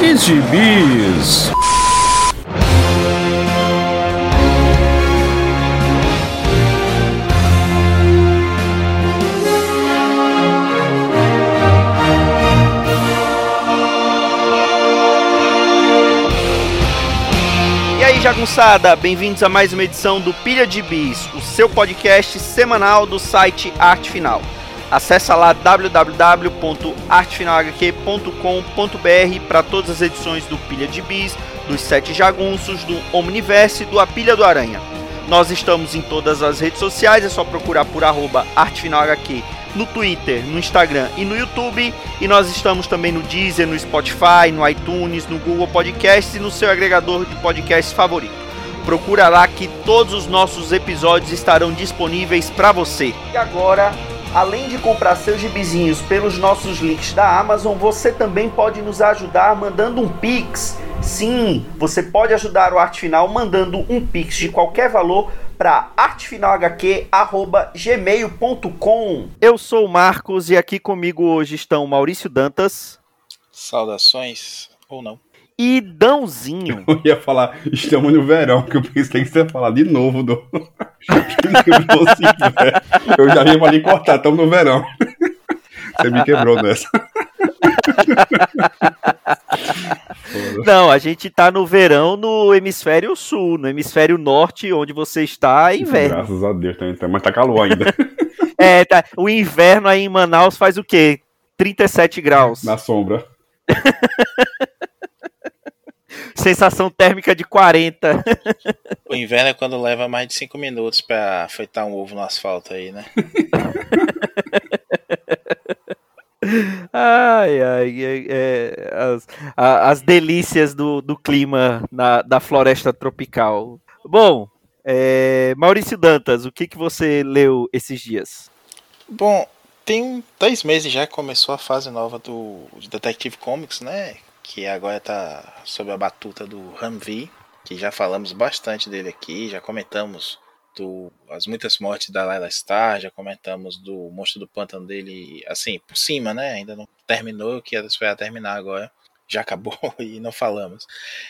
de Gibis. E aí, jagunçada, bem-vindos a mais uma edição do Pilha de Bis, o seu podcast semanal do site Arte Final. Acesse lá www.artefinalhq.com.br para todas as edições do Pilha de Bis, dos Sete Jagunços, do Omniverse e do A Pilha do Aranha. Nós estamos em todas as redes sociais, é só procurar por @artefinalhq no Twitter, no Instagram e no YouTube. E nós estamos também no Deezer, no Spotify, no iTunes, no Google Podcasts e no seu agregador de podcasts favorito. Procura lá que todos os nossos episódios estarão disponíveis para você. E agora, além de comprar seus gibizinhos pelos nossos links da Amazon, você também pode nos ajudar mandando um Pix. Sim, você pode ajudar o Arte Final mandando um Pix de qualquer valor para artefinalhq@gmail.com. Eu sou o Marcos e aqui comigo hoje estão Maurício Dantas. Saudações, ou não. E Dãozinho. Eu ia falar, estamos no verão, que eu pensei que você ia falar de novo do... Eu já ia ali cortar, estamos no verão. Você me quebrou nessa. Não, a gente tá no verão no hemisfério sul, no hemisfério norte, onde você está, é inverno. Graças a Deus, mas tá calor ainda. É, tá. O inverno aí em Manaus faz o quê? 37 graus. Na sombra. Sensação térmica de 40. O inverno é quando leva mais de 5 minutos pra fritar um ovo no asfalto aí, né? Ai, as delícias do clima da floresta tropical. Bom, Maurício Dantas, o que você leu esses dias? Bom, tem 10 meses já que começou a fase nova do Detective Comics, né? Que agora tá sob a batuta do Humvee, que já falamos bastante dele aqui, já comentamos as muitas mortes da Layla Starr, já comentamos do Monstro do Pântano dele, assim, por cima, né? Ainda não terminou, que ia esperar terminar agora. Já acabou e não falamos.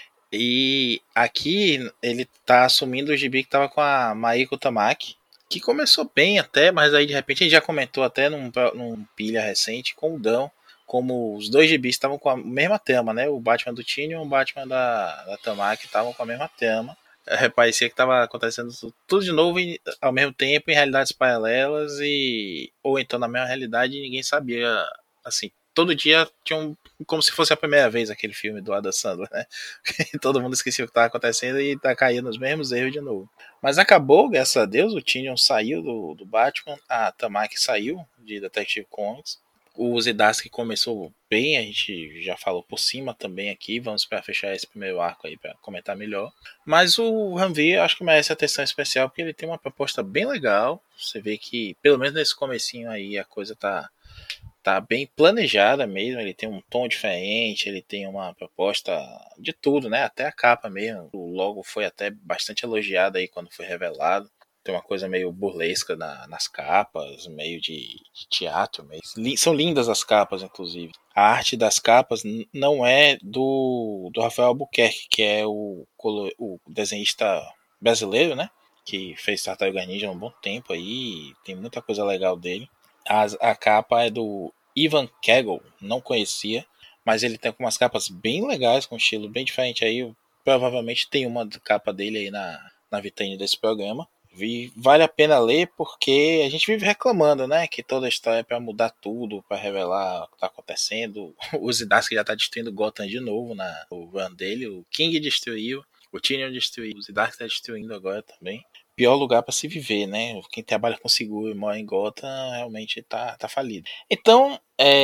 E aqui ele tá assumindo o gibi que tava com a Maiko Tamaki, que começou bem até, mas aí de repente a gente já comentou até num pilha recente com o Dão, como os dois gibis estavam com a mesma tema, né? O Batman do Tynion e o Batman da Tamaki estavam com a mesma tema. Parecia que estava acontecendo tudo de novo ao mesmo tempo em realidades paralelas, ou então na mesma realidade, e ninguém sabia. Assim, todo dia tinha como se fosse a primeira vez aquele filme do Adam Sandler, né? Todo mundo esquecia o que estava acontecendo e tá caindo nos mesmos erros de novo. Mas acabou, graças a Deus, o Tynion saiu do Batman, a Tamaki saiu de Detective Comics. O Zdarsky começou bem, a gente já falou por cima também aqui, vamos para fechar esse primeiro arco aí para comentar melhor. Mas o Humvee acho que merece atenção especial porque ele tem uma proposta bem legal. Você vê que pelo menos nesse comecinho aí a coisa tá bem planejada mesmo, ele tem um tom diferente, ele tem uma proposta de tudo, né? Até a capa mesmo, o logo foi até bastante elogiado aí quando foi revelado. Tem uma coisa meio burlesca nas capas, meio de teatro. São lindas as capas, inclusive. A arte das capas não é do Rafael Albuquerque, que é o desenhista brasileiro, né? Que fez Tartaruga Ninja há um bom tempo aí. Tem muita coisa legal dele. A capa é do Ivan Kegel, não conhecia. Mas ele tem umas capas bem legais, com um estilo bem diferente aí. Provavelmente tem uma capa dele aí na vitrine desse programa. Vale a pena ler porque a gente vive reclamando, né? Que toda a história é pra mudar tudo, pra revelar o que tá acontecendo. O Zdarsky já tá destruindo Gotham de novo no run dele. O King destruiu, o Tynion destruiu, o Zdarsky tá destruindo agora também. Pior lugar pra se viver, né? Quem trabalha com seguro e mora em Gotham realmente tá falido. Então,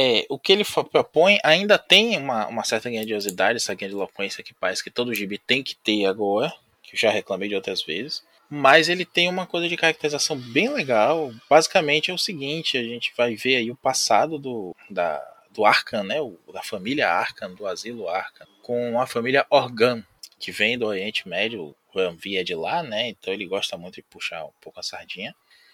o que ele propõe ainda tem uma certa grandiosidade, essa grandiloquência que parece que todo gibi tem que ter agora, que eu já reclamei de outras vezes. Mas ele tem uma coisa de caracterização bem legal. Basicamente é o seguinte, a gente vai ver aí o passado do Arkham, né? Da família Arkham, do asilo Arkham, com a família Organ, que vem do Oriente Médio. O Humvee é de lá, né? Então ele gosta muito de puxar um pouco a sardinha.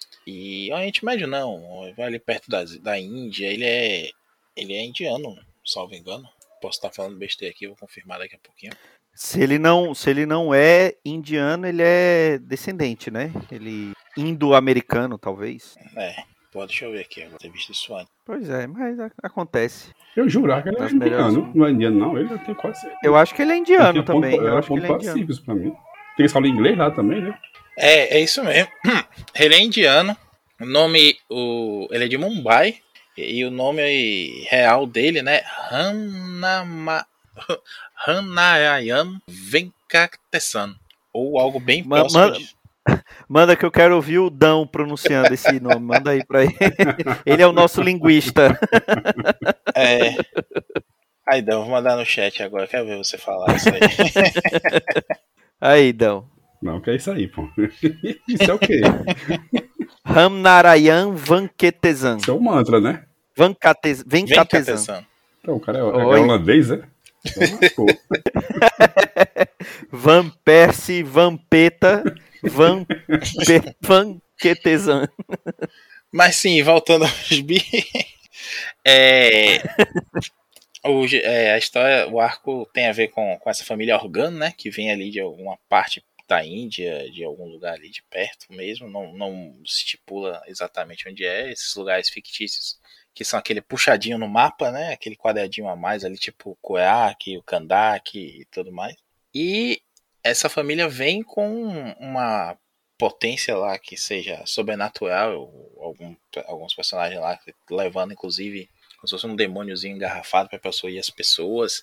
E Oriente Médio não, vai ali perto da Índia. Ele é indiano, salvo engano. Posso estar falando besteira aqui, vou confirmar daqui a pouquinho. Se ele não é indiano, ele é descendente, né? Ele indo-americano, talvez. Pô, deixa eu ver aqui, eu vou ter visto isso antes. Pois é, mas acontece. Eu jurava que ele era Nas melhores- indiano. Não é indiano, não. Ele tem quase certeza. Eu acho que ele é indiano também. Eu Era acho que ponto ele é quase indiano. simples pra mim. Tem que falar inglês lá também, né? É isso mesmo. Ele é indiano. O nome, ele é de Mumbai. E o nome real dele, né? Hanayan Venkatesan. Ou algo bem próximo disso. Manda que eu quero ouvir o Dão pronunciando esse nome. Manda aí pra ele. Ele é o nosso linguista. Aí, Dão, vou mandar no chat agora. Quero ver você falar isso aí. Aí, Dão. Não, que é isso aí, pô. Isso é o quê? Ramnarayan Venkatesan. Isso é um mantra, né? Venkatesan. Então, o cara é holandês, é? Então, Van Persie Vampeta Venkatesan. Mas sim, voltando aos bi. A história, o arco tem a ver com essa família Organo, né? Que vem ali de alguma parte da Índia, de algum lugar ali de perto mesmo. Não se estipula exatamente onde é. Esses lugares fictícios, que são aquele puxadinho no mapa, né? Aquele quadradinho a mais ali, tipo o Koyak, o Kandak e tudo mais. E essa família vem com uma potência lá que seja sobrenatural, alguns personagens lá levando inclusive como se fosse um demôniozinho engarrafado para possuir as pessoas,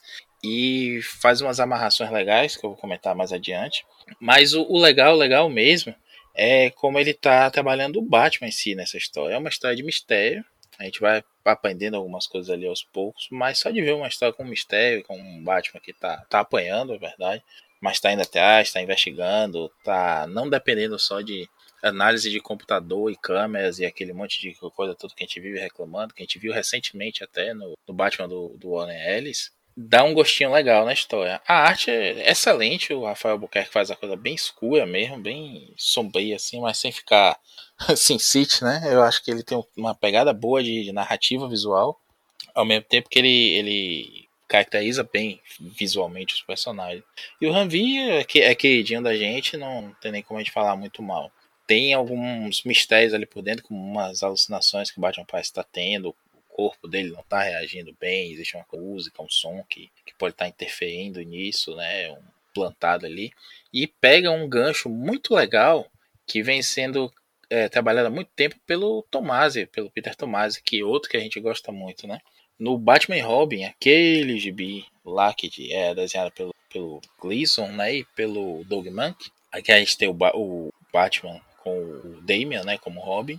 e faz umas amarrações legais que eu vou comentar mais adiante. Mas o legal mesmo é como ele tá trabalhando o Batman em si nessa história. É uma história de mistério, a gente vai aprendendo algumas coisas ali aos poucos, mas só de ver uma história com mistério, com um Batman que tá apanhando, é verdade, mas tá indo atrás, tá investigando, tá não dependendo só de análise de computador e câmeras e aquele monte de coisa tudo que a gente vive reclamando, que a gente viu recentemente até no Batman do Warren Ellis, dá um gostinho legal na história. A arte é excelente, o Rafael Albuquerque faz a coisa bem escura mesmo, bem sombria assim, mas sem ficar Sin City, né? Eu acho que ele tem uma pegada boa de narrativa visual, ao mesmo tempo que ele caracteriza bem visualmente os personagens. E o Ranvi é queridinho da gente, não tem nem como a gente falar muito mal. Tem alguns mistérios ali por dentro, como umas alucinações que o Batman parece estar tendo, o corpo dele não está reagindo bem, existe uma música, um som que pode estar interferindo nisso, né? Plantado ali. E pega um gancho muito legal que vem sendo trabalhado há muito tempo pelo Tomasi, pelo Peter Tomasi, que é outro que a gente gosta muito, né? No Batman e Robin, aquele gibi lá que é desenhado pelo Gleason, né? E pelo Doug Mahnke. Aqui a gente tem o Batman com o Damian, né, como Robin.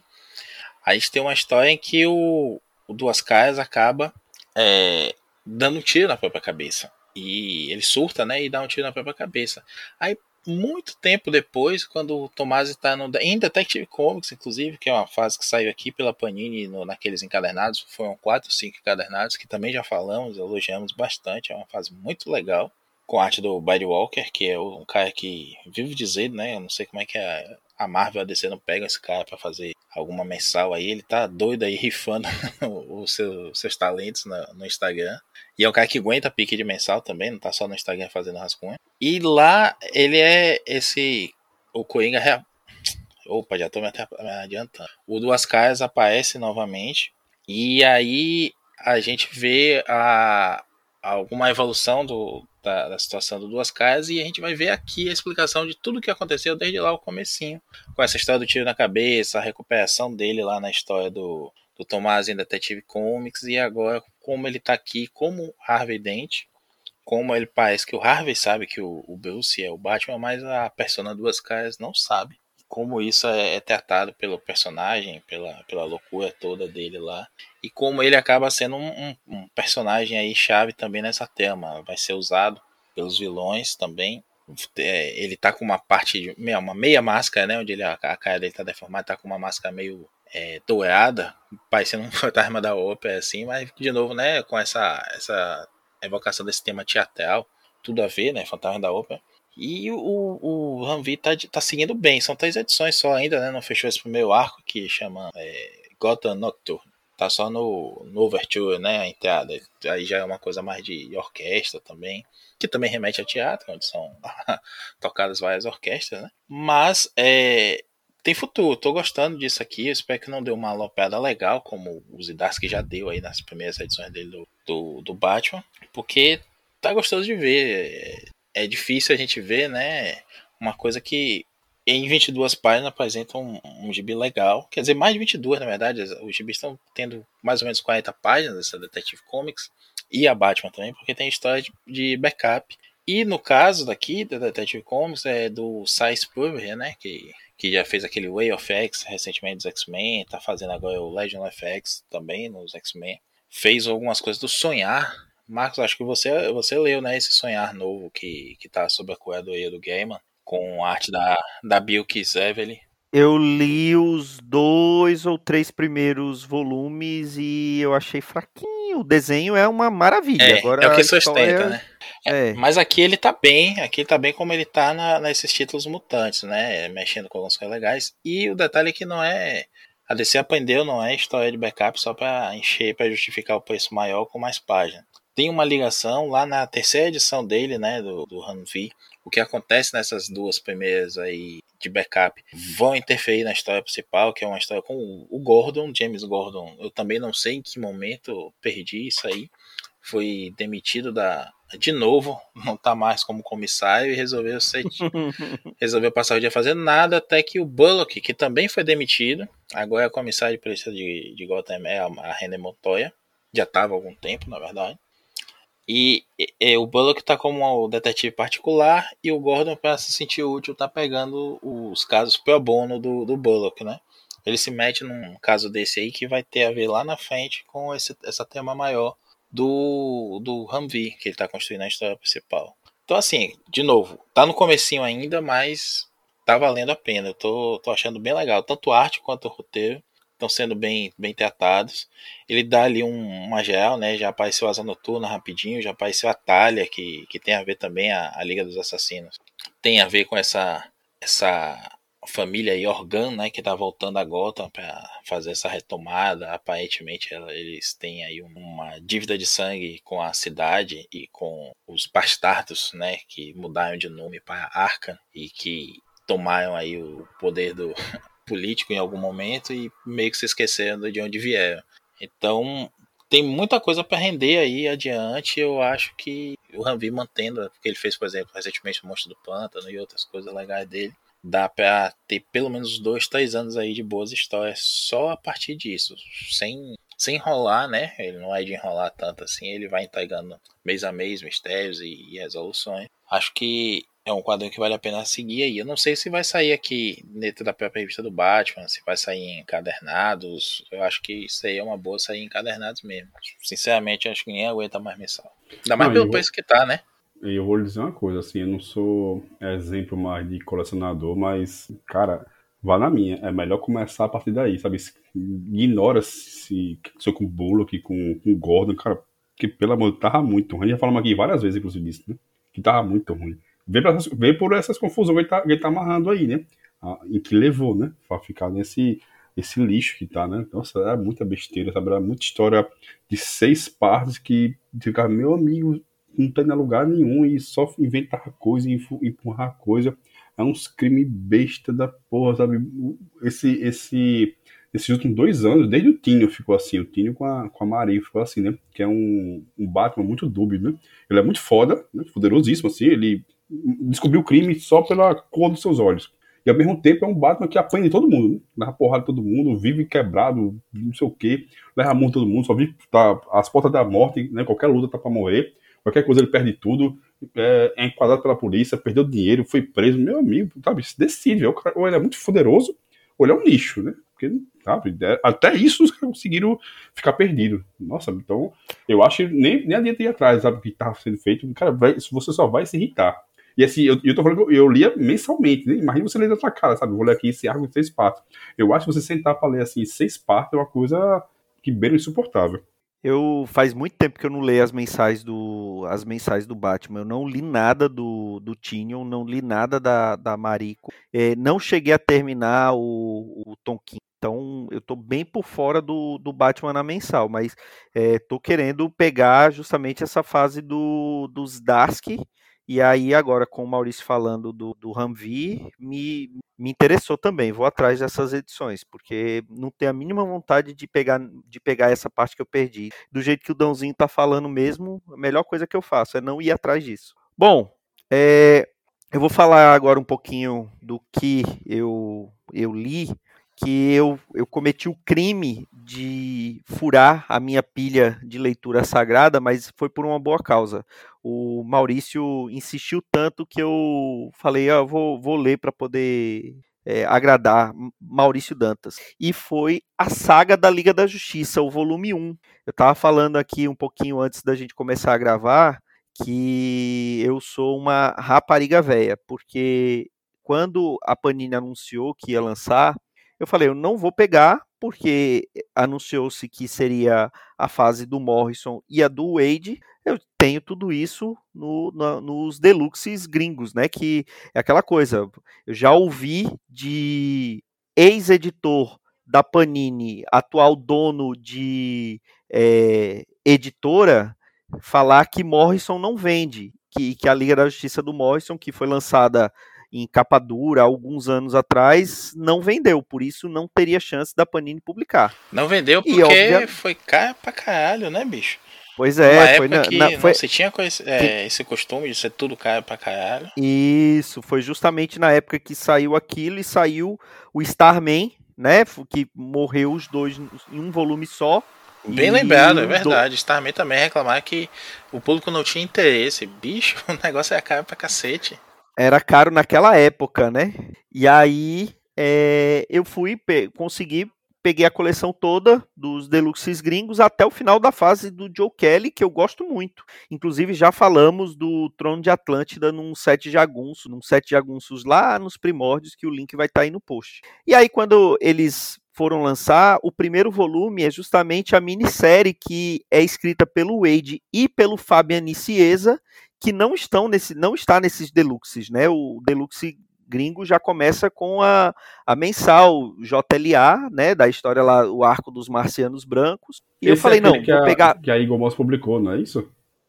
A gente tem uma história em que o Duas Caras acaba dando um tiro na própria cabeça. E ele surta, né, e dá um tiro na própria cabeça. Aí, muito tempo depois, quando o Tomasi está em Detective Comics, inclusive, que é uma fase que saiu aqui pela Panini naqueles encadernados, foram 4 ou 5 encadernados, que também já falamos, elogiamos bastante, é uma fase muito legal, com a arte do Buddy Walker, que é um cara que vive dizendo, né, eu não sei como é que a Marvel e a DC não pegam esse cara para fazer alguma mensal aí, ele tá doido aí rifando os seus talentos no Instagram. E é um cara que aguenta pique de mensal também, não tá só no Instagram fazendo rascunho. E lá ele é o Coringa Opa, já tô me adiantando. O Duas Caras aparece novamente. E aí a gente vê alguma evolução da situação do Duas Caras. E a gente vai ver aqui a explicação de tudo que aconteceu desde lá o comecinho. Com essa história do tiro na cabeça, a recuperação dele lá na história do Tomasi em Detective Comics. E agora como ele tá aqui como Harvey Dent. Como ele parece que o Harvey sabe que o Bruce é o Batman, mas a persona Duas Caras não sabe. Como isso é tratado pelo personagem, pela loucura toda dele lá. E como ele acaba sendo um personagem aí chave também nessa trama. Vai ser usado pelos vilões também. Ele tá com uma parte, uma meia máscara, né? Onde a cara dele tá deformada, tá com uma máscara meio dourada, parecendo um fantasma da ópera, assim. Mas, de novo, né? Com essa evocação desse tema teatral, tudo a ver, né? Fantasma da ópera. E o Ranvi tá seguindo bem. São 3 edições só ainda, né? Não fechou esse primeiro arco que chama Gotham Nocturne. Tá só no Overture, né? A entrada. Aí já é uma coisa mais de orquestra também. Que também remete a teatro, onde são tocadas várias orquestras, né? Mas tem futuro. Tô gostando disso aqui. Eu espero que não dê uma aloprada legal, como o Zdarsky já deu aí nas primeiras edições dele do Batman. Porque tá gostoso de ver. É difícil a gente ver, né? Uma coisa que em 22 páginas apresenta um gibi legal. Quer dizer, mais de 22, na verdade. Os gibis estão tendo mais ou menos 40 páginas, essa Detective Comics. E a Batman também, porque tem história de backup. E no caso daqui, da Detective Comics, é do Cy Spurrier, né? Que já fez aquele Way of X recentemente dos X-Men. Tá fazendo agora o Legend of X também nos X-Men. Fez algumas coisas do Sonhar. Marcos, acho que você leu, né? Esse Sonhar novo que tá sob a curadoria do Gaiman, com arte da Bill Kisevely. Eu li os 2 ou 3 primeiros volumes e eu achei fraquinho. O desenho é uma maravilha. Agora É o que a sustenta, história... né? Mas aqui ele tá bem como ele tá nesses títulos mutantes, né? Mexendo com algumas coisas legais. E o detalhe é que não é... A DC aprendeu, não é história de backup só pra encher, pra justificar o preço maior com mais páginas. Tem uma ligação lá na terceira edição dele, né, do Humvee. O que acontece nessas duas primeiras aí de backup vão interferir na história principal, que é uma história com o Gordon, James Gordon. Eu também não sei em que momento perdi isso aí. Foi demitido de novo, não tá mais como comissário e resolveu passar o dia fazendo nada, até que o Bullock, que também foi demitido, agora é comissário de polícia de Gotham, é a René Montoya. Já estava há algum tempo, na verdade. E o Bullock tá como um detetive particular e o Gordon, para se sentir útil, tá pegando os casos pro bono do Bullock, né? Ele se mete num caso desse aí que vai ter a ver lá na frente com essa tema maior do Humvee, que ele tá construindo a história principal. Então, assim, de novo, tá no comecinho ainda, mas tá valendo a pena. Eu tô achando bem legal, tanto a arte quanto o roteiro estão sendo bem tratados. Ele dá ali uma geral, né? Já apareceu Asa Noturna rapidinho, já apareceu a Talia, que tem a ver também a Liga dos Assassinos. Tem a ver com essa família aí, Organ, né? Que tá voltando a Gotham para fazer essa retomada. Aparentemente eles têm aí uma dívida de sangue com a cidade e com os bastardos, né? Que mudaram de nome para Arkham e que tomaram aí o poder do político em algum momento e meio que se esquecendo de onde vieram. Então tem muita coisa para render aí adiante. Eu acho que o Humvee mantendo, porque ele fez, por exemplo, recentemente o Monstro do Pântano e outras coisas legais dele, dá para ter pelo menos 2, 3 anos aí de boas histórias só a partir disso, sem enrolar, né? Ele não é de enrolar tanto assim, ele vai entregando mês a mês mistérios e resoluções. Acho que é um quadrinho que vale a pena seguir aí. Eu não sei se vai sair aqui dentro da própria revista do Batman, se vai sair em encadernados. Eu acho que isso aí é uma boa sair em encadernados mesmo. Sinceramente, eu acho que ninguém aguenta mais mensal. Ainda mais pelo preço que tá, né? E eu vou lhe dizer uma coisa, assim, eu não sou exemplo mais de colecionador, mas, cara, vá na minha. É melhor começar a partir daí, sabe? Ignora se com o Bullock, com o Gordon, cara, que pelo amor de Deus, tava muito ruim. Já falamos aqui várias vezes, inclusive, disso, né? Que tava muito ruim. Vê por essas confusões que ele tá amarrando aí, né? Em que levou, né? Pra ficar esse lixo que tá, né? Nossa, era muita besteira, sabe? Era muita história de 6 partes que ficava, meu amigo, não tem lugar nenhum e só inventar coisa e empurrar coisa. É uns crimes besta da porra, sabe? Esses últimos 2 anos, desde o Tinho ficou assim, o Tinho com a Maria ficou assim, né? Que é um Batman muito dúbio, né? Ele é muito foda, né? Poderosíssimo, assim, ele descobriu o crime só pela cor dos seus olhos. E ao mesmo tempo é um Batman que apanha de todo mundo, né? Leva porrada de todo mundo, vive quebrado, não sei o quê, leva a mão de todo mundo, só vive às portas da morte, né? Qualquer luta tá pra morrer, qualquer coisa ele perde tudo, é enquadrado pela polícia, perdeu dinheiro, foi preso, meu amigo, sabe? Se decide, ou ele é muito poderoso, ou ele é um lixo, né? Porque, sabe, até isso os caras conseguiram ficar perdidos. Nossa, então, eu acho que nem adianta ir atrás, sabe, o que estava sendo feito. Cara, você só vai se irritar. E assim, eu tô falando que eu lia mensalmente, né? Imagina você ler da sua cara, sabe? Eu vou ler aqui esse arco de 6 partes. Eu acho que você sentar pra ler assim, 6 partes é uma coisa que beira insuportável. Faz muito tempo que eu não leio as mensais do Batman. Eu não li nada do Tynion, não li nada da Mariko. Não cheguei a terminar o Tom King. Então eu tô bem por fora do Batman na mensal, mas tô querendo pegar justamente essa fase dos Dask. E aí agora com o Maurício falando do Humvee, me interessou também. Vou atrás dessas edições, porque não tenho a mínima vontade de pegar essa parte que eu perdi. Do jeito que o Dãozinho tá falando mesmo, a melhor coisa que eu faço é não ir atrás disso. Bom, eu vou falar agora um pouquinho do que eu li, que eu cometi o crime de furar a minha pilha de leitura sagrada, mas foi por uma boa causa. O Maurício insistiu tanto que eu falei, vou ler para poder agradar Maurício Dantas. E foi a Saga da Liga da Justiça, o volume 1. Eu estava falando aqui um pouquinho antes da gente começar a gravar que eu sou uma rapariga véia, porque quando a Panini anunciou que ia lançar, eu falei, eu não vou pegar, porque anunciou-se que seria a fase do Morrison e a do Wade. Eu tenho tudo isso nos deluxes gringos, né? Que é aquela coisa. Eu já ouvi de ex-editor da Panini, atual dono de editora, falar que Morrison não vende, que a Liga da Justiça do Morrison, que foi lançada em capa dura alguns anos atrás, não vendeu, por isso não teria chance da Panini publicar. Não vendeu porque foi caro pra caralho, né, bicho? Pois é. Uma época que não se tinha esse costume de ser tudo caro pra caralho. Isso, foi justamente na época que saiu aquilo e saiu o Starman, né, que morreu os dois em um volume só. Bem lembrado, é verdade. Starman também reclamar que o público não tinha interesse. Bicho, o negócio é caro pra cacete. Era caro naquela época, né? E aí eu peguei a coleção toda dos deluxes gringos até o final da fase do Joe Kelly, que eu gosto muito. Inclusive já falamos do Trono de Atlântida num set jagunços lá nos primórdios, que o link vai estar aí no post. E aí quando eles foram lançar, o primeiro volume é justamente a minissérie que é escrita pelo Wade e pelo Fabian Nicieza, que não está nesses deluxes, né? O deluxe gringo já começa com a mensal JLA, né? Da história lá, o Arco dos Marcianos Brancos. E eu falei, não, vou pegar... Que a Eagle Moss publicou, não é isso?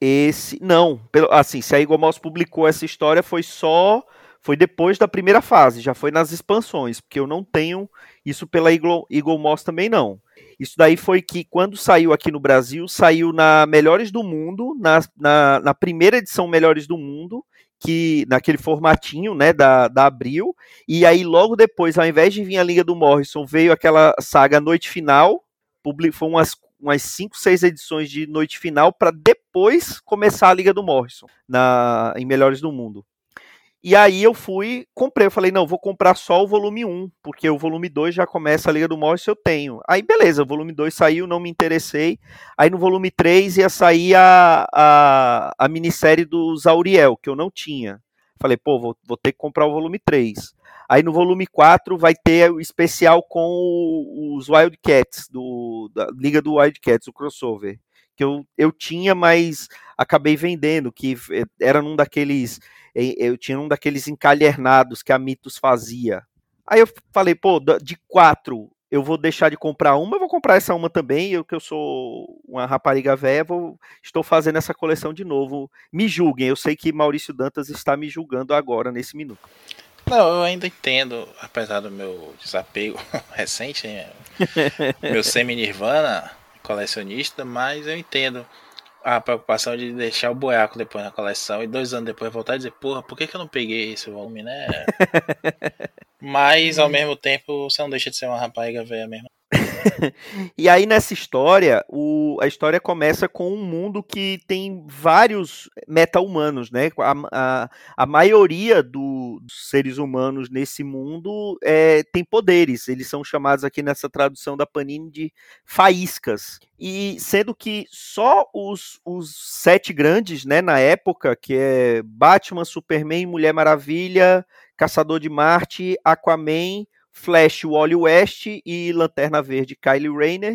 Assim, se a Eagle Moss publicou essa história foi depois da primeira fase, já foi nas expansões, porque eu não tenho isso pela Eagle Moss também não. Isso daí foi que quando saiu aqui no Brasil, saiu na Melhores do Mundo, na primeira edição Melhores do Mundo, que naquele formatinho, né, da Abril, e aí logo depois, ao invés de vir a Liga do Morrison, veio aquela saga Noite Final, foi umas 5, 6 edições de Noite Final, para depois começar a Liga do Morrison, em Melhores do Mundo. E aí eu comprei, eu falei, não, vou comprar só o volume 1, porque o volume 2 já começa a Liga do Morrison, eu tenho. Aí beleza, o volume 2 saiu, não me interessei. Aí no volume 3 ia sair a minissérie do Zauriel, que eu não tinha. Falei, pô, vou ter que comprar o volume 3. Aí no volume 4 vai ter o especial com os Wildcats, da Liga do Wildcats, o crossover. Que eu tinha, mas acabei vendendo, que era eu tinha um daqueles encalhernados que a Mitos fazia. Aí eu falei, pô, de 4 eu vou deixar de comprar uma, eu vou comprar essa uma também, que eu sou uma rapariga velha, estou fazendo essa coleção de novo. Me julguem, eu sei que Maurício Dantas está me julgando agora, nesse minuto. Não, eu ainda entendo, apesar do meu desapego recente, meu semi-nirvana colecionista, mas eu entendo a preocupação de deixar o buraco depois na coleção e 2 anos depois voltar e dizer, porra, por que eu não peguei esse volume, né? Mas ao mesmo tempo você não deixa de ser uma rapariga velha mesmo. E aí nessa história, a história começa com um mundo que tem vários meta-humanos, né? A maioria dos seres humanos nesse mundo tem poderes. Eles são chamados aqui nessa tradução da Panini de faíscas. E sendo que só os 7 grandes, né, na época, que é Batman, Superman, Mulher Maravilha, Caçador de Marte, Aquaman, Flash, Wally West e Lanterna Verde, Kyle Rayner,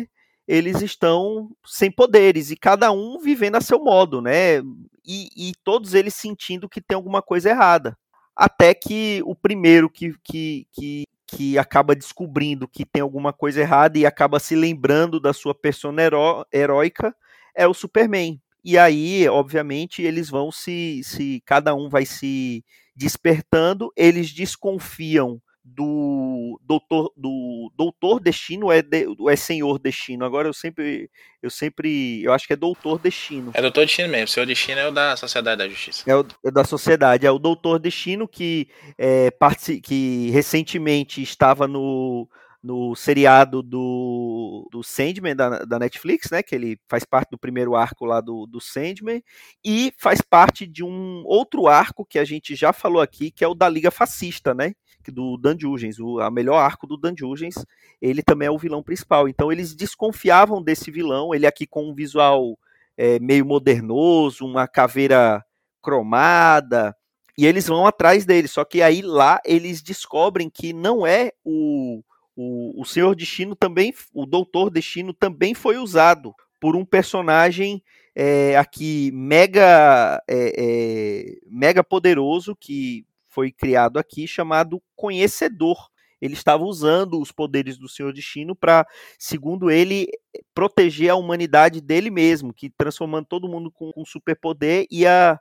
eles estão sem poderes, e cada um vivendo a seu modo, né? E todos eles sentindo que tem alguma coisa errada. Até que o primeiro que acaba descobrindo que tem alguma coisa errada e acaba se lembrando da sua persona heróica é o Superman. E aí, obviamente, eles vão cada um vai se despertando, eles desconfiam do Doutor Destino, é Senhor Destino. Agora eu acho que é Doutor Destino. É Doutor Destino mesmo. Senhor Destino é o da Sociedade da Justiça. É da Sociedade, é o Doutor Destino que recentemente estava no seriado do Sandman da Netflix, né, que ele faz parte do primeiro arco lá do Sandman, e faz parte de um outro arco que a gente já falou aqui, que é o da Liga Fascista, né, do Dan Jurgens, a melhor arco do Dan Jurgens, ele também é o vilão principal. Então eles desconfiavam desse vilão, ele aqui com um visual meio modernoso, uma caveira cromada, e eles vão atrás dele, só que aí lá eles descobrem que não é o Senhor Destino também, o Doutor Destino também foi usado por um personagem aqui mega poderoso que foi criado aqui, chamado Conhecedor. Ele estava usando os poderes do Senhor Destino para, segundo ele, proteger a humanidade dele mesmo, que transformando todo mundo com superpoder ia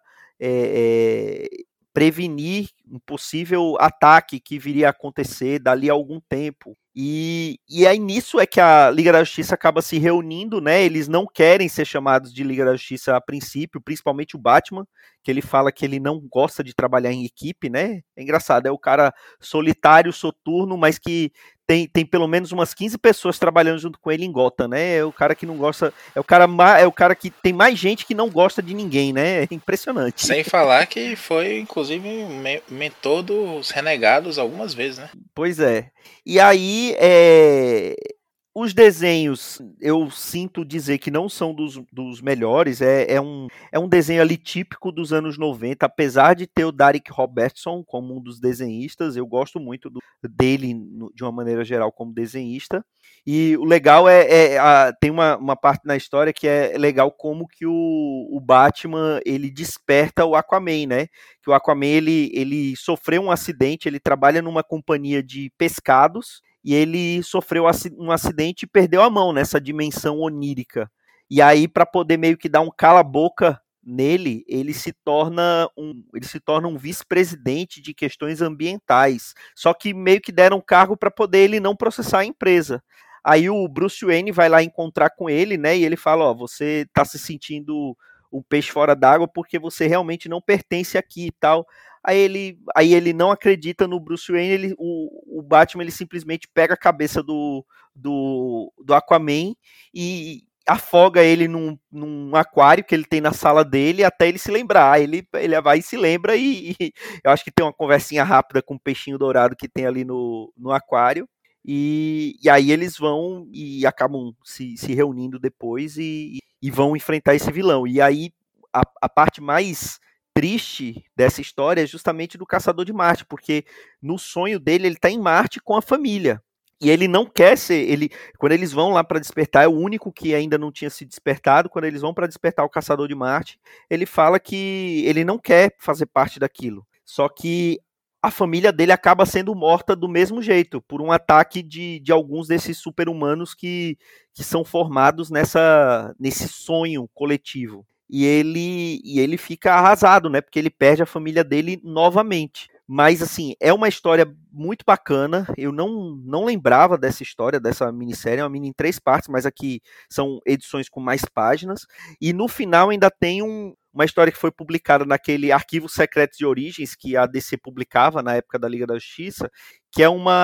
prevenir um possível ataque que viria a acontecer dali a algum tempo. E aí nisso é que a Liga da Justiça acaba se reunindo, né? Eles não querem ser chamados de Liga da Justiça a princípio, principalmente o Batman, que ele fala que ele não gosta de trabalhar em equipe, né? É engraçado, é o cara solitário, soturno, mas que tem pelo menos umas 15 pessoas trabalhando junto com ele em Gotham, né? É o cara que não gosta, é o cara que tem mais gente que não gosta de ninguém, né? É impressionante. Sem falar que foi, inclusive, mentor dos Renegados algumas vezes, né? Pois é. E aí, os desenhos, eu sinto dizer que não são dos melhores, é um desenho ali típico dos anos 90, apesar de ter o Derek Robertson como um dos desenhistas, eu gosto muito dele de uma maneira geral como desenhista, e o legal tem uma parte na história que é legal como que o Batman, ele desperta o Aquaman, né, que o Aquaman, ele sofreu um acidente, ele trabalha numa companhia de pescados, e ele sofreu um acidente e perdeu a mão nessa dimensão onírica. E aí, para poder meio que dar um cala-boca nele, ele se torna um vice-presidente de questões ambientais. Só que meio que deram cargo para poder ele não processar a empresa. Aí o Bruce Wayne vai lá encontrar com ele, né? E ele fala, ó, você tá se sentindo um peixe fora d'água porque você realmente não pertence aqui e tal. Aí ele não acredita no Bruce Wayne, o Batman ele simplesmente pega a cabeça do Aquaman e afoga ele num aquário que ele tem na sala dele até ele se lembrar. Ele vai e se lembra e eu acho que tem uma conversinha rápida com o peixinho dourado que tem ali no aquário. E aí eles vão e acabam se reunindo depois e vão enfrentar esse vilão. E aí a parte mais triste dessa história é justamente do Caçador de Marte, porque no sonho dele ele está em Marte com a família. E ele não quer ser, quando eles vão lá para despertar, é o único que ainda não tinha se despertado, quando eles vão para despertar o Caçador de Marte, ele fala que ele não quer fazer parte daquilo. Só que a família dele acaba sendo morta do mesmo jeito, por um ataque de alguns desses super-humanos que são formados nesse sonho coletivo. E ele fica arrasado, né? Porque ele perde a família dele novamente. Mas, assim, é uma história muito bacana. Eu não lembrava dessa história, dessa minissérie. É uma mini em 3 partes, mas aqui são edições com mais páginas. E no final ainda tem uma história que foi publicada naquele Arquivo Secreto de Origens, que a DC publicava na época da Liga da Justiça, que é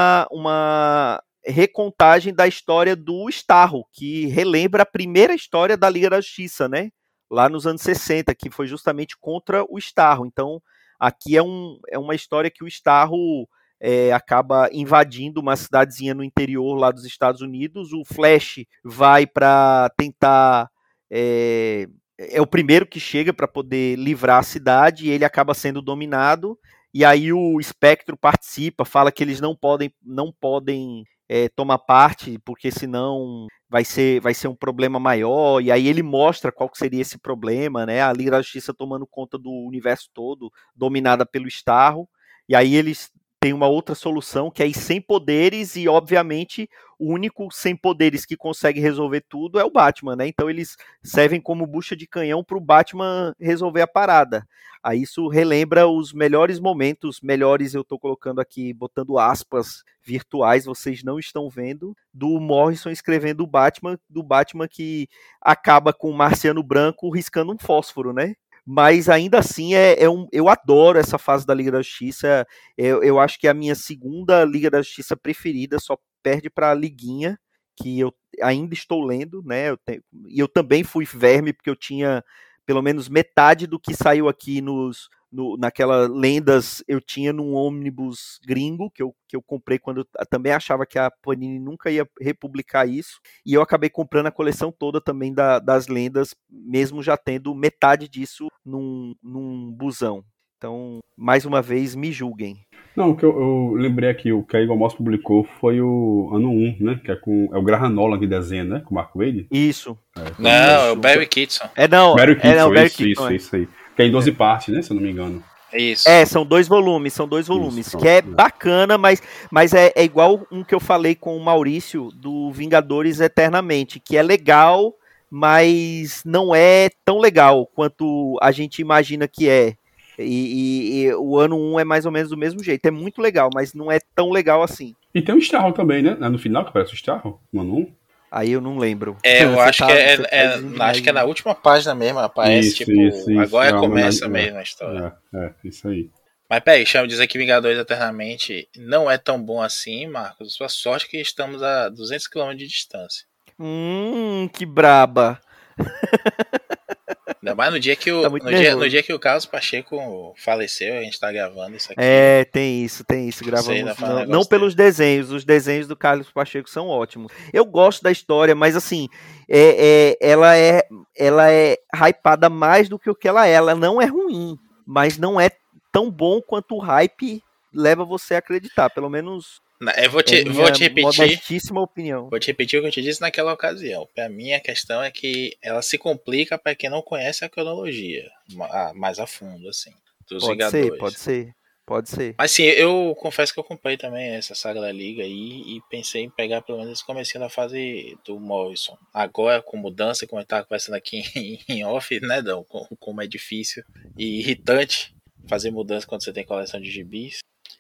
uma recontagem da história do Starro, que relembra a primeira história da Liga da Justiça, né? Lá nos anos 60, que foi justamente contra o Starro. Então, aqui é uma história que o Starro acaba invadindo uma cidadezinha no interior lá dos Estados Unidos. O Flash vai para tentar... É o primeiro que chega para poder livrar a cidade e ele acaba sendo dominado. E aí o Espectro participa, fala que eles não podem tomar parte, porque senão vai ser um problema maior, e aí ele mostra qual que seria esse problema, né? A Liga da Justiça tomando conta do universo todo, dominada pelo Starro, e aí eles têm uma outra solução, que é ir sem poderes, e obviamente o único sem poderes que consegue resolver tudo é o Batman, né? Então eles servem como bucha de canhão para o Batman resolver a parada. Aí isso relembra os melhores momentos, melhores eu tô colocando aqui, botando aspas virtuais, vocês não estão vendo, do Morrison escrevendo do Batman que acaba com o Marciano Branco riscando um fósforo, né? Mas ainda assim eu adoro essa fase da Liga da Justiça. Eu acho que é a minha segunda Liga da Justiça preferida, só perde para a Liguinha, que eu ainda estou lendo, né? E eu também fui verme, porque eu tinha pelo menos metade do que saiu aqui naquela Lendas, eu tinha num ônibus gringo, que eu comprei quando eu também achava que a Panini nunca ia republicar isso, e eu acabei comprando a coleção toda também das Lendas, mesmo já tendo metade disso num busão. Então, mais uma vez, me julguem. Não, o que eu lembrei aqui, o que a Eagle Moss publicou foi o ano 1, né? Que é o Graham Nolan que desenha, né? Com o Mark Waid. Isso. Não, é o Barry Kitson. Barry Kitson, o Barry isso, Kitson, isso aí. Que é em 12 partes, né? Se eu não me engano. Isso. São dois volumes, Isso, que é bacana, mas é igual um que eu falei com o Maurício, do Vingadores Eternamente, que é legal, mas não é tão legal quanto a gente imagina que é. E o ano 1 é mais ou menos do mesmo jeito. É muito legal, mas não é tão legal assim. E tem o Starro também, né? No final que aparece o Starro, no ano 1. Aí eu não lembro. Eu acho que acho que é na última página mesmo, aparece, isso, agora começa mesmo a história. Isso aí. Mas peraí, chama de dizer que Vingadores Eternamente não é tão bom assim, Marcos. Sua sorte que estamos a 200 km de distância. Que braba. Ainda mais no dia que no dia que o Carlos Pacheco faleceu, a gente tá gravando isso aqui. Tem isso. Gravamos. Não pelos desenhos. Os desenhos do Carlos Pacheco são ótimos. Eu gosto da história, mas assim, ela é hypada mais do que o que ela é. Ela não é ruim, mas não é tão bom quanto o hype leva você a acreditar. Pelo menos. Eu vou te repetir. Modestíssima opinião. Vou te repetir o que eu te disse naquela ocasião. Para mim, a questão é que ela se complica para quem não conhece a cronologia mais a fundo, assim, dos Vingadores. Pode ser. Mas sim, eu confesso que eu comprei também essa saga da Liga aí e pensei em pegar pelo menos esse comecinho da fase do Morrison. Agora, com mudança, como eu estava conversando aqui em off, né, Dão? Como é difícil e irritante fazer mudança quando você tem coleção de gibis.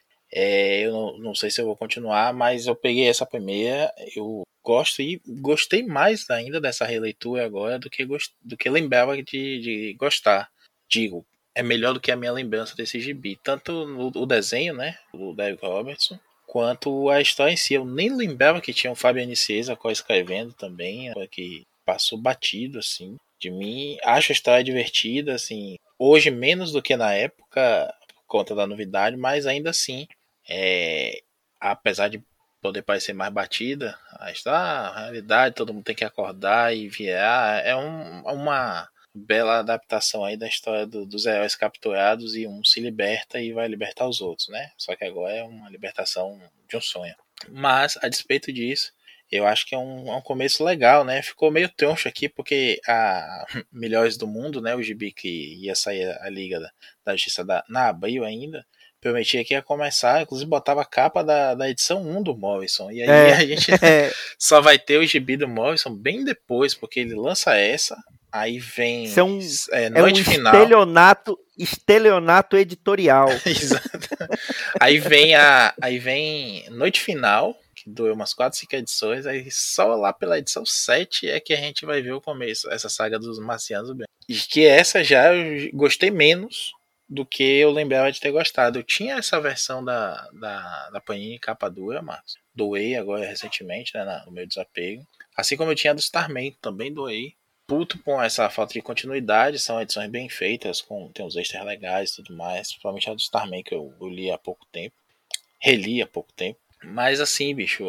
Eu não sei se eu vou continuar, mas eu peguei essa primeira, eu gosto e gostei mais ainda dessa releitura agora do que lembrava de gostar. Digo, é melhor do que a minha lembrança desse gibi, tanto o desenho, né, do Derek Robertson, quanto a história em si. Eu nem lembrava que tinha o Fabian Nicieza escrevendo também, que passou batido, assim, de mim. Acho a história divertida, assim, hoje menos do que na época, por conta da novidade, mas ainda assim, apesar de poder parecer mais batida, a realidade, todo mundo tem que acordar e virar, uma bela adaptação aí da história dos heróis capturados, e um se liberta e vai libertar os outros, né? Só que agora é uma libertação de um sonho. Mas, a despeito disso, eu acho que é um começo legal, né? Ficou meio troncho aqui, porque a Melhores do Mundo, né? O gibi que ia sair a Liga da Justiça na abril ainda, prometia que ia começar, inclusive botava a capa da edição 1 do Morrison. E aí a gente só vai ter o gibi do Morrison bem depois, porque ele lança essa, aí vem Noite Final. Estelionato editorial. Exato. Aí vem Noite Final, que dura umas 4, 5 edições, aí só lá pela edição 7 é que a gente vai ver o começo, essa saga dos Marcianos do Bem. E que essa já eu gostei menos do que eu lembrava de ter gostado. Eu tinha essa versão da Panini capa dura, Marcos. Doei agora recentemente, né, no meu desapego. Assim como eu tinha a do Starman, também doei. Puto com essa falta de continuidade, são edições bem feitas, tem uns extras legais e tudo mais. Principalmente a do Starman, que eu li há pouco tempo. Reli há pouco tempo. Mas assim, bicho,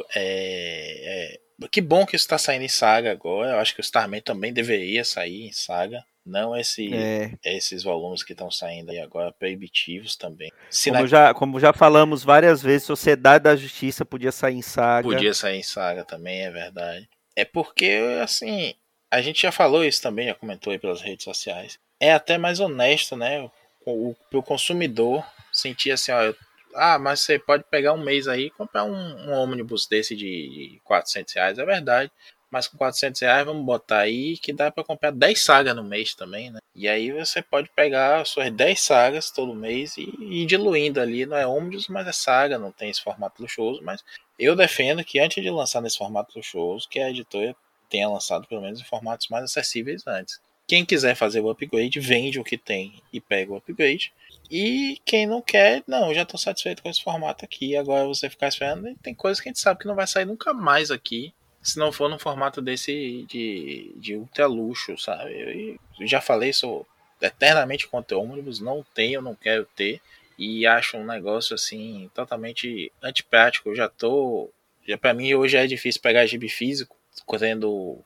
que bom que isso tá saindo em saga agora. Eu acho que o Starman também deveria sair em saga. Não esses volumes que estão saindo aí agora, proibitivos também. Como já falamos várias vezes, Sociedade da Justiça podia sair em saga. Podia sair em saga também, é verdade. É porque, assim, a gente já falou isso também, já comentou aí pelas redes sociais. É até mais honesto, né? Pro consumidor sentir assim, ó, mas você pode pegar um mês aí e comprar um ônibus desse de R$400, é verdade. Mas com R$400, vamos botar aí que dá para comprar 10 sagas no mês também, né? E aí você pode pegar as suas 10 sagas todo mês e ir diluindo ali. Não é ônibus, mas é saga, não tem esse formato luxuoso. Mas eu defendo que antes de lançar nesse formato luxuoso, que a editora tenha lançado pelo menos em formatos mais acessíveis antes. Quem quiser fazer o upgrade, vende o que tem e pega o upgrade. E quem não quer, não, já estou satisfeito com esse formato aqui. Agora você ficar esperando, tem coisas que a gente sabe que não vai sair nunca mais aqui, se não for num formato desse de ultra luxo, sabe? Eu já falei, sou eternamente contra ônibus, não tenho, não quero ter. E acho um negócio assim, totalmente antiprático. Já pra mim hoje é difícil pegar gibi físico, tendo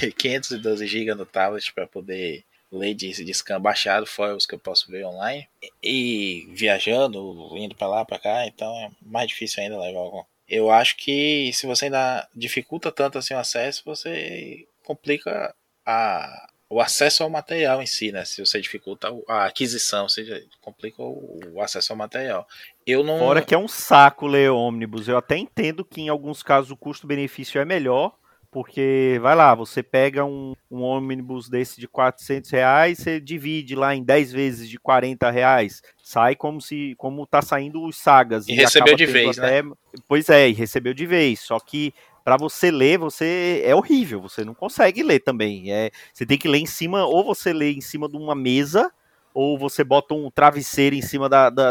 512 GB no tablet para poder ler de scan baixado, fora os que eu posso ver online. E viajando, indo para lá, para cá, então é mais difícil ainda levar algum. Eu acho que se você ainda dificulta tanto assim o acesso, você complica o acesso ao material em si, né? Se você dificulta a aquisição, você complica o acesso ao material. Fora que é um saco ler ônibus. Eu até entendo que em alguns casos o custo-benefício é melhor, porque, vai lá, você pega um ônibus desse de R$400, você divide lá em 10 vezes de R$40, sai como tá saindo os sagas. E recebeu de vez, né? Pois é, e recebeu de vez, só que para você ler, é horrível, você não consegue ler também. Você tem que ler em cima, ou você lê em cima de uma mesa, ou você bota um travesseiro em cima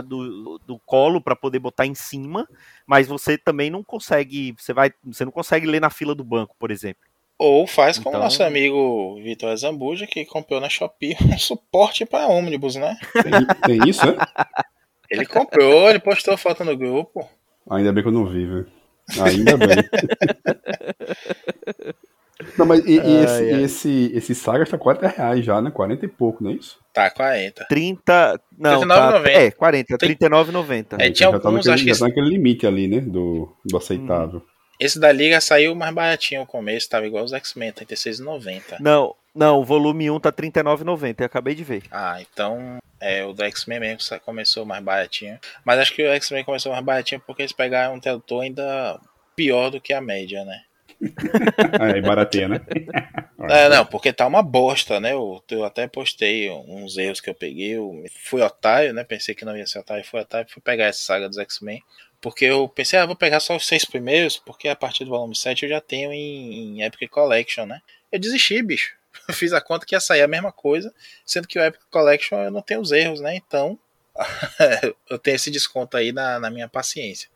do colo para poder botar em cima, mas você também não consegue, você não consegue ler na fila do banco, por exemplo. Ou faz como o nosso amigo Vitor Zambuja, que comprou na Shopee um suporte para ônibus, né? Tem isso, né? Ele comprou, ele postou foto no grupo. Ainda bem que eu não vi, velho. Ainda bem. Não, mas esse Saga tá R$40 já, né? 40 e pouco, não é isso? Tá, 40. 30. Não, 39,90. 40, R$39,90. Tinha alguns, já tá naquele limite ali, né? Do aceitável. Esse da Liga saiu mais baratinho no começo, tava igual os X-Men, R$36,90. Não, o volume 1 tá R$39,90, eu acabei de ver. Então o do X-Men mesmo começou mais baratinho. Mas acho que o X-Men começou mais baratinho porque eles pegaram um tradutor ainda pior do que a média, né? Barateia, né? Não, porque tá uma bosta, né? Eu até postei uns erros que eu peguei. Eu fui otário, né? Pensei que não ia ser otário, fui pegar essa saga dos X-Men. Porque eu pensei, vou pegar só os 6 primeiros, porque a partir do volume 7 eu já tenho em Epic Collection, né? Eu desisti, bicho. Eu fiz a conta que ia sair a mesma coisa, sendo que o Epic Collection eu não tenho os erros, né? Então, eu tenho esse desconto aí na minha paciência.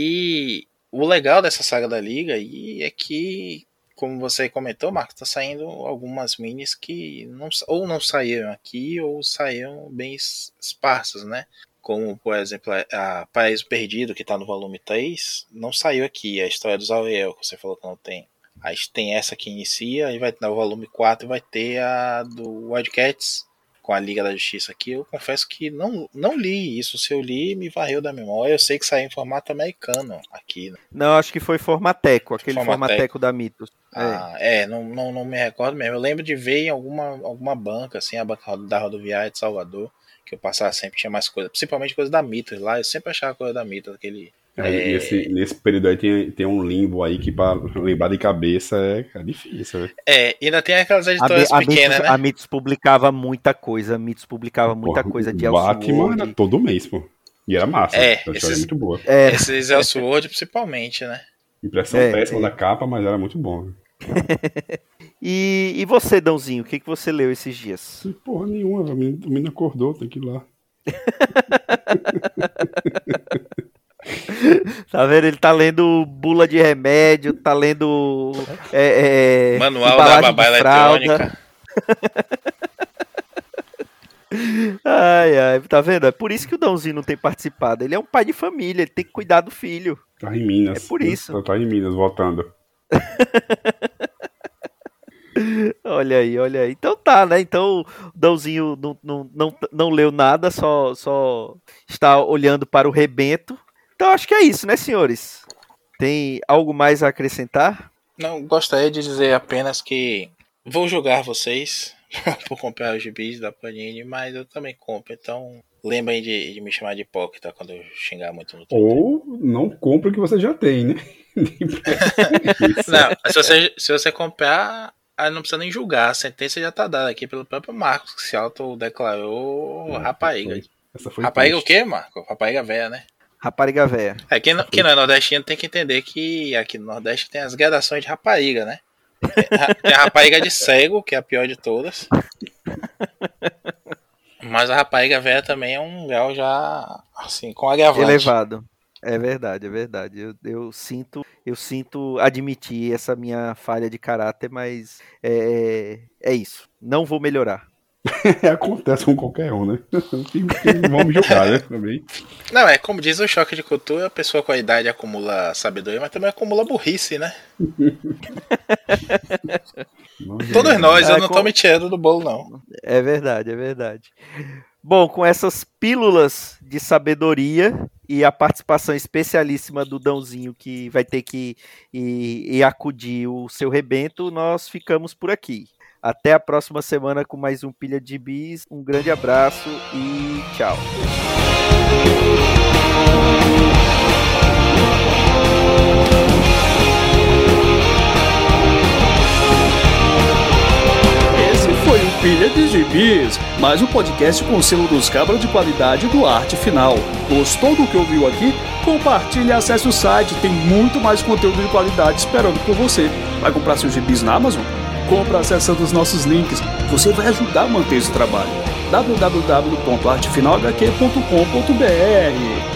E o legal dessa saga da Liga aí é que, como você comentou, Marcos, tá saindo algumas minis que ou não saíram aqui, ou saíram bem esparsas, né? Como, por exemplo, a Paraíso Perdido, que tá no volume 3, não saiu aqui. A história dos Auriel, que você falou que não tem. Aí tem essa que inicia, aí vai ter o volume 4 e vai ter a do Wildcats com a Liga da Justiça aqui. Eu confesso que não li isso. Se eu li, me varreu da memória. Eu sei que saiu em formato americano aqui, né? Não, acho que foi Formateco, aquele Formateco da Mitos. Não me recordo mesmo. Eu lembro de ver em alguma banca, assim, a banca da rodoviária de Salvador, que eu passava sempre, tinha mais coisa, principalmente coisa da Mitos lá. Eu sempre achava coisa da Mitos, aquele... Nesse período aí tem um limbo aí que pra lembrar de cabeça é difícil, né? Ainda tem aquelas editoras pequenas, né? A Mitos publicava muita coisa, coisa de Elseworld. Batman era todo mês, pô. E era massa, a história é muito boa. Esses Elseworld principalmente, né? Impressão péssima da capa, mas era muito bom. E você, Dãozinho, o que você leu esses dias? Porra nenhuma, o menino acordou, tem que ir lá. Tá vendo? Ele tá lendo bula de remédio, tá lendo manual da babá eletrônica. Ai, tá vendo? É por isso que o Dãozinho não tem participado. Ele é um pai de família, ele tem que cuidar do filho. Tá em Minas. É por isso. Tá em Minas, voltando. Olha aí. Então tá, né? Então o Dãozinho não leu nada, só está olhando para o rebento. Então acho que é isso, né, senhores? Tem algo mais a acrescentar? Não, gostaria de dizer apenas que vou julgar vocês por comprar os gibis da Panini, mas eu também compro, então lembrem de me chamar de hipócrita quando eu xingar muito no Twitter. Ou não compra o que você já tem, né? Não, se você comprar, aí não precisa nem julgar, a sentença já tá dada aqui pelo próprio Marcos, que se autodeclarou rapariga. Rapariga o quê, Marcos? Rapariga velha, né? Rapariga véia. Quem não é nordestino tem que entender que aqui no Nordeste tem as gradações de rapariga, né? Tem a rapariga de cego, que é a pior de todas. Mas a rapariga velha também é um grau já, assim, com agravante. Elevado. É verdade. Eu sinto admitir essa minha falha de caráter, mas é isso. Não vou melhorar. Acontece com qualquer um, né? Vamos jogar, né? Também. Não, é como diz o Choque de Cultura, a pessoa com a idade acumula sabedoria, mas também acumula burrice, né? Todos nós, eu não tô me tirando do bolo, não. É verdade. Bom, com essas pílulas de sabedoria e a participação especialíssima do Dãozinho, que vai ter que ir acudir o seu rebento, nós ficamos por aqui. Até a próxima semana com mais um Pilha de Bis. Um grande abraço e tchau. Esse foi o Pilha de Gibis, mais um podcast com o selo dos cabras de qualidade do Arte Final. Gostou do que ouviu aqui? Compartilhe e acesse o site, tem muito mais conteúdo de qualidade esperando por você. Vai comprar seus gibis na Amazon? Compra acessando os nossos links. Você vai ajudar a manter esse trabalho. www.artefinalhq.com.br